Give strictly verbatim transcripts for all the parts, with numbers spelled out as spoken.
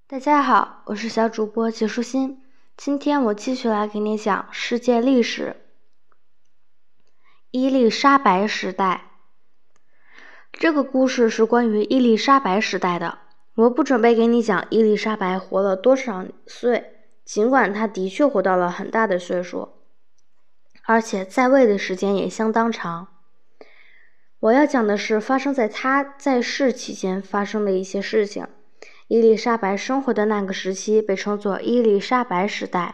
大家好，我是小主播杰舒心。今天我继续来给你讲世界历史。伊丽莎白时代。这个故事是关于伊丽莎白时代的。我不准备给你讲伊丽莎白活了多少岁，尽管她的确活到了很大的岁数，而且在位的时间也相当长。我要讲的是发生在她在世期间发生的一些事情。伊丽莎白生活的那个时期被称作伊丽莎白时代。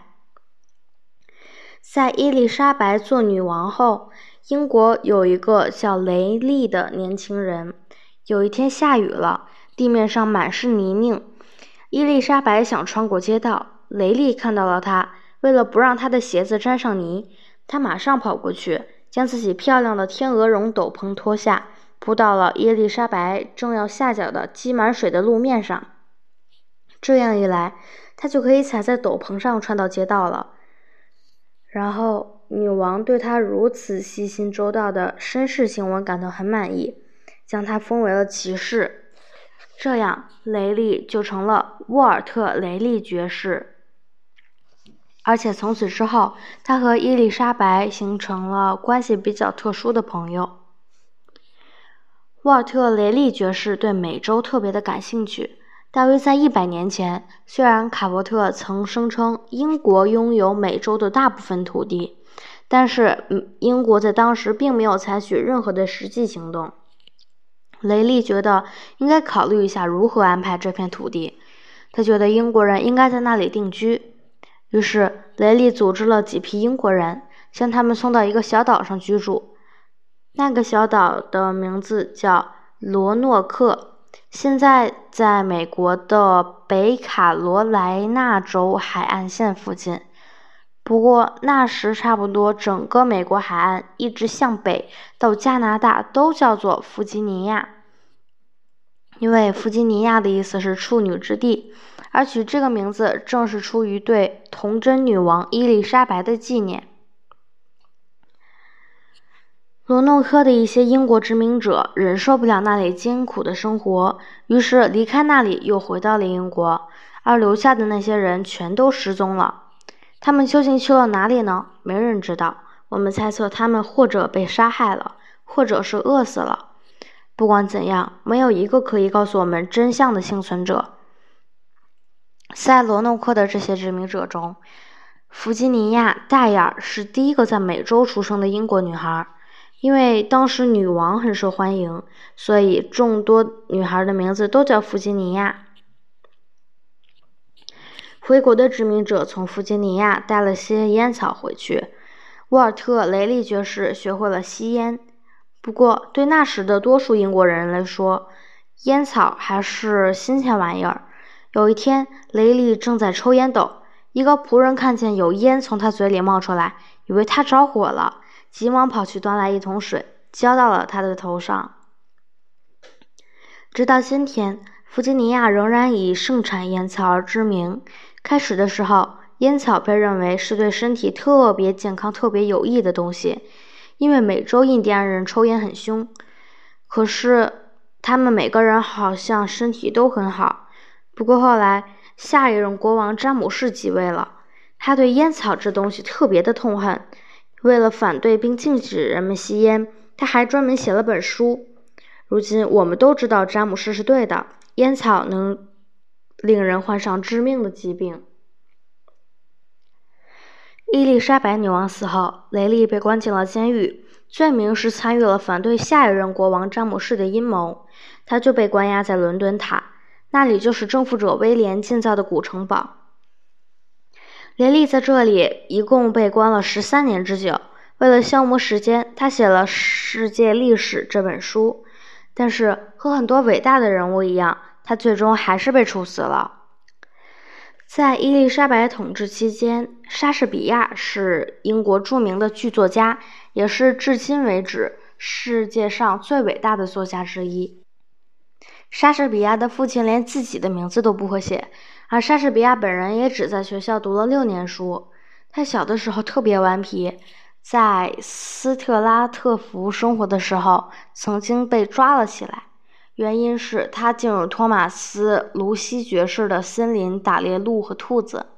在伊丽莎白做女王后，英国有一个叫雷利的年轻人。有一天下雨了，地面上满是泥泞。伊丽莎白想穿过街道，雷利看到了她，为了不让她的鞋子沾上泥，他马上跑过去，将自己漂亮的天鹅绒斗篷脱下，铺到了伊丽莎白正要下脚的积满水的路面上。这样一来，她就可以踩在斗篷上穿到街道了。然后，女王对她如此细心周到的绅士行为感到很满意，将她封为了骑士。这样，雷利就成了沃尔特·雷利爵士。而且从此之后，他和伊丽莎白形成了关系比较特殊的朋友。沃尔特·雷利爵士对美洲特别的感兴趣。大约在一百年前，虽然卡伯特曾声称英国拥有美洲的大部分土地，但是英国在当时并没有采取任何的实际行动。雷利觉得应该考虑一下如何安排这片土地，他觉得英国人应该在那里定居。于是雷利组织了几批英国人，将他们送到一个小岛上居住。那个小岛的名字叫罗诺克，现在在美国的北卡罗来纳州海岸线附近。不过那时差不多整个美国海岸一直向北到加拿大都叫做弗吉尼亚，因为弗吉尼亚的意思是处女之地，而取这个名字正是出于对童贞女王伊丽莎白的纪念。罗诺科的一些英国殖民者忍受不了那里艰苦的生活，于是离开那里又回到了英国，而留下的那些人全都失踪了。他们究竟去了哪里呢？没人知道。我们猜测他们或者被杀害了，或者是饿死了。不管怎样，没有一个可以告诉我们真相的幸存者。在罗诺科的这些殖民者中，弗吉尼亚·戴尔是第一个在美洲出生的英国女孩。因为当时女王很受欢迎，所以众多女孩的名字都叫弗吉尼亚。回国的殖民者从弗吉尼亚带了些烟草回去，沃尔特·雷利爵士学会了吸烟。不过对那时的多数英国人来说，烟草还是新鲜玩意儿。有一天，雷利正在抽烟斗，一个仆人看见有烟从他嘴里冒出来，以为他着火了，急忙跑去端来一桶水，浇到了他的头上。直到今天，弗吉尼亚仍然以盛产烟草而知名。开始的时候，烟草被认为是对身体特别健康、特别有益的东西，因为美洲印第安人抽烟很凶。可是他们每个人好像身体都很好。不过后来，下一任国王詹姆士继位了，他对烟草这东西特别的痛恨。为了反对并禁止人们吸烟，他还专门写了本书。如今我们都知道詹姆士是对的，烟草能令人患上致命的疾病。伊丽莎白女王死后，雷利被关进了监狱，罪名是参与了反对下一任国王詹姆士的阴谋。他就被关押在伦敦塔，那里就是征服者威廉建造的古城堡。雷利在这里一共被关了十三年之久。为了消磨时间，他写了《世界历史》这本书。但是和很多伟大的人物一样，他最终还是被处死了。在伊丽莎白统治期间，莎士比亚是英国著名的剧作家，也是至今为止世界上最伟大的作家之一。莎士比亚的父亲连自己的名字都不会写，而莎士比亚本人也只在学校读了六年书。他小的时候特别顽皮，在斯特拉特福生活的时候曾经被抓了起来。 原因是他进入托马斯·卢西爵士的森林打猎鹿和兔子。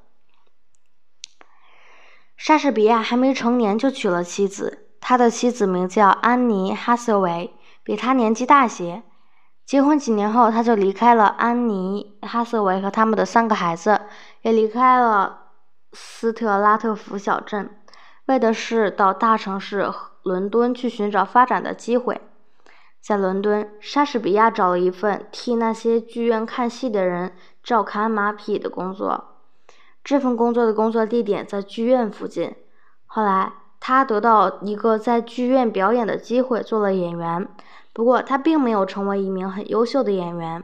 莎士比亚还没成年就娶了妻子，他的妻子名叫安妮·哈瑟维，比他年纪大些。结婚几年后，他就离开了安妮·哈瑟维和他们的三个孩子，也离开了斯特拉特福小镇，为的是到大城市伦敦去寻找发展的机会。在伦敦，莎士比亚找了一份替那些剧院看戏的人照看马匹的工作。这份工作的工作地点在剧院附近。后来，他得到一个在剧院表演的机会，做了演员。不过，他并没有成为一名很优秀的演员。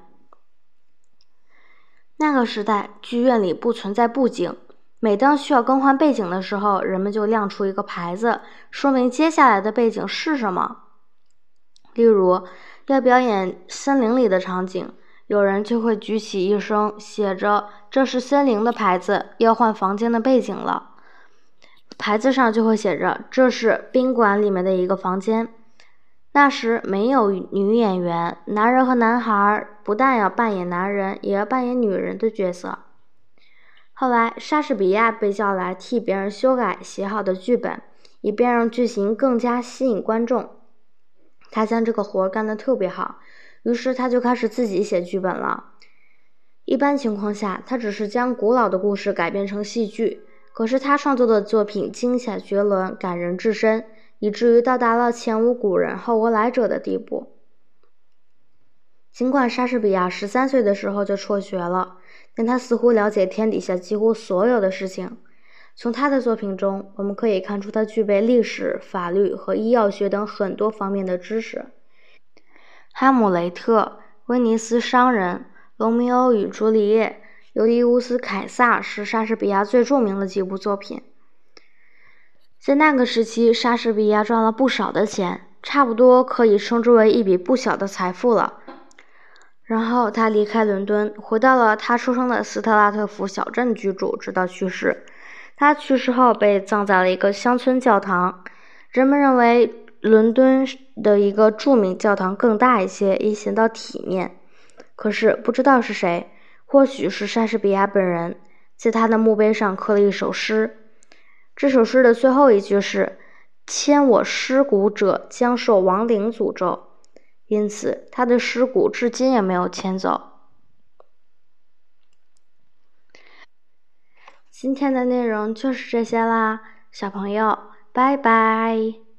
那个时代，剧院里不存在布景，每当需要更换背景的时候，人们就亮出一个牌子，说明接下来的背景是什么。例如，要表演森林里的场景，有人就会举起一声写着“这是森林”的牌子，要换房间的背景了。牌子上就会写着“这是宾馆里面的一个房间”。那时没有女演员，男人和男孩不但要扮演男人，也要扮演女人的角色。后来，莎士比亚被叫来替别人修改写好的剧本，以便让剧情更加吸引观众。他将这个活干得特别好，于是他就开始自己写剧本了。一般情况下，他只是将古老的故事改编成戏剧，可是他创作的作品精彩绝伦，感人至深，以至于到达了前无古人后无来者的地步。尽管莎士比亚十三岁的时候就辍学了，但他似乎了解天底下几乎所有的事情。从他的作品中，我们可以看出他具备历史、法律和医药学等很多方面的知识。哈姆雷特、威尼斯商人、罗密欧与朱丽叶、尤利乌斯·凯撒是莎士比亚最著名的几部作品。在那个时期，莎士比亚赚了不少的钱，差不多可以称之为一笔不小的财富了。然后他离开伦敦，回到了他出生的斯特拉特福小镇居住，直到去世。他去世后被葬在了一个乡村教堂。人们认为伦敦的一个著名教堂更大一些，以显得体面。可是不知道是谁，或许是莎士比亚本人，在他的墓碑上刻了一首诗。这首诗的最后一句是“牵我尸骨者将受亡灵诅咒”，因此他的尸骨至今也没有迁走。今天的内容就是这些啦，小朋友，拜拜。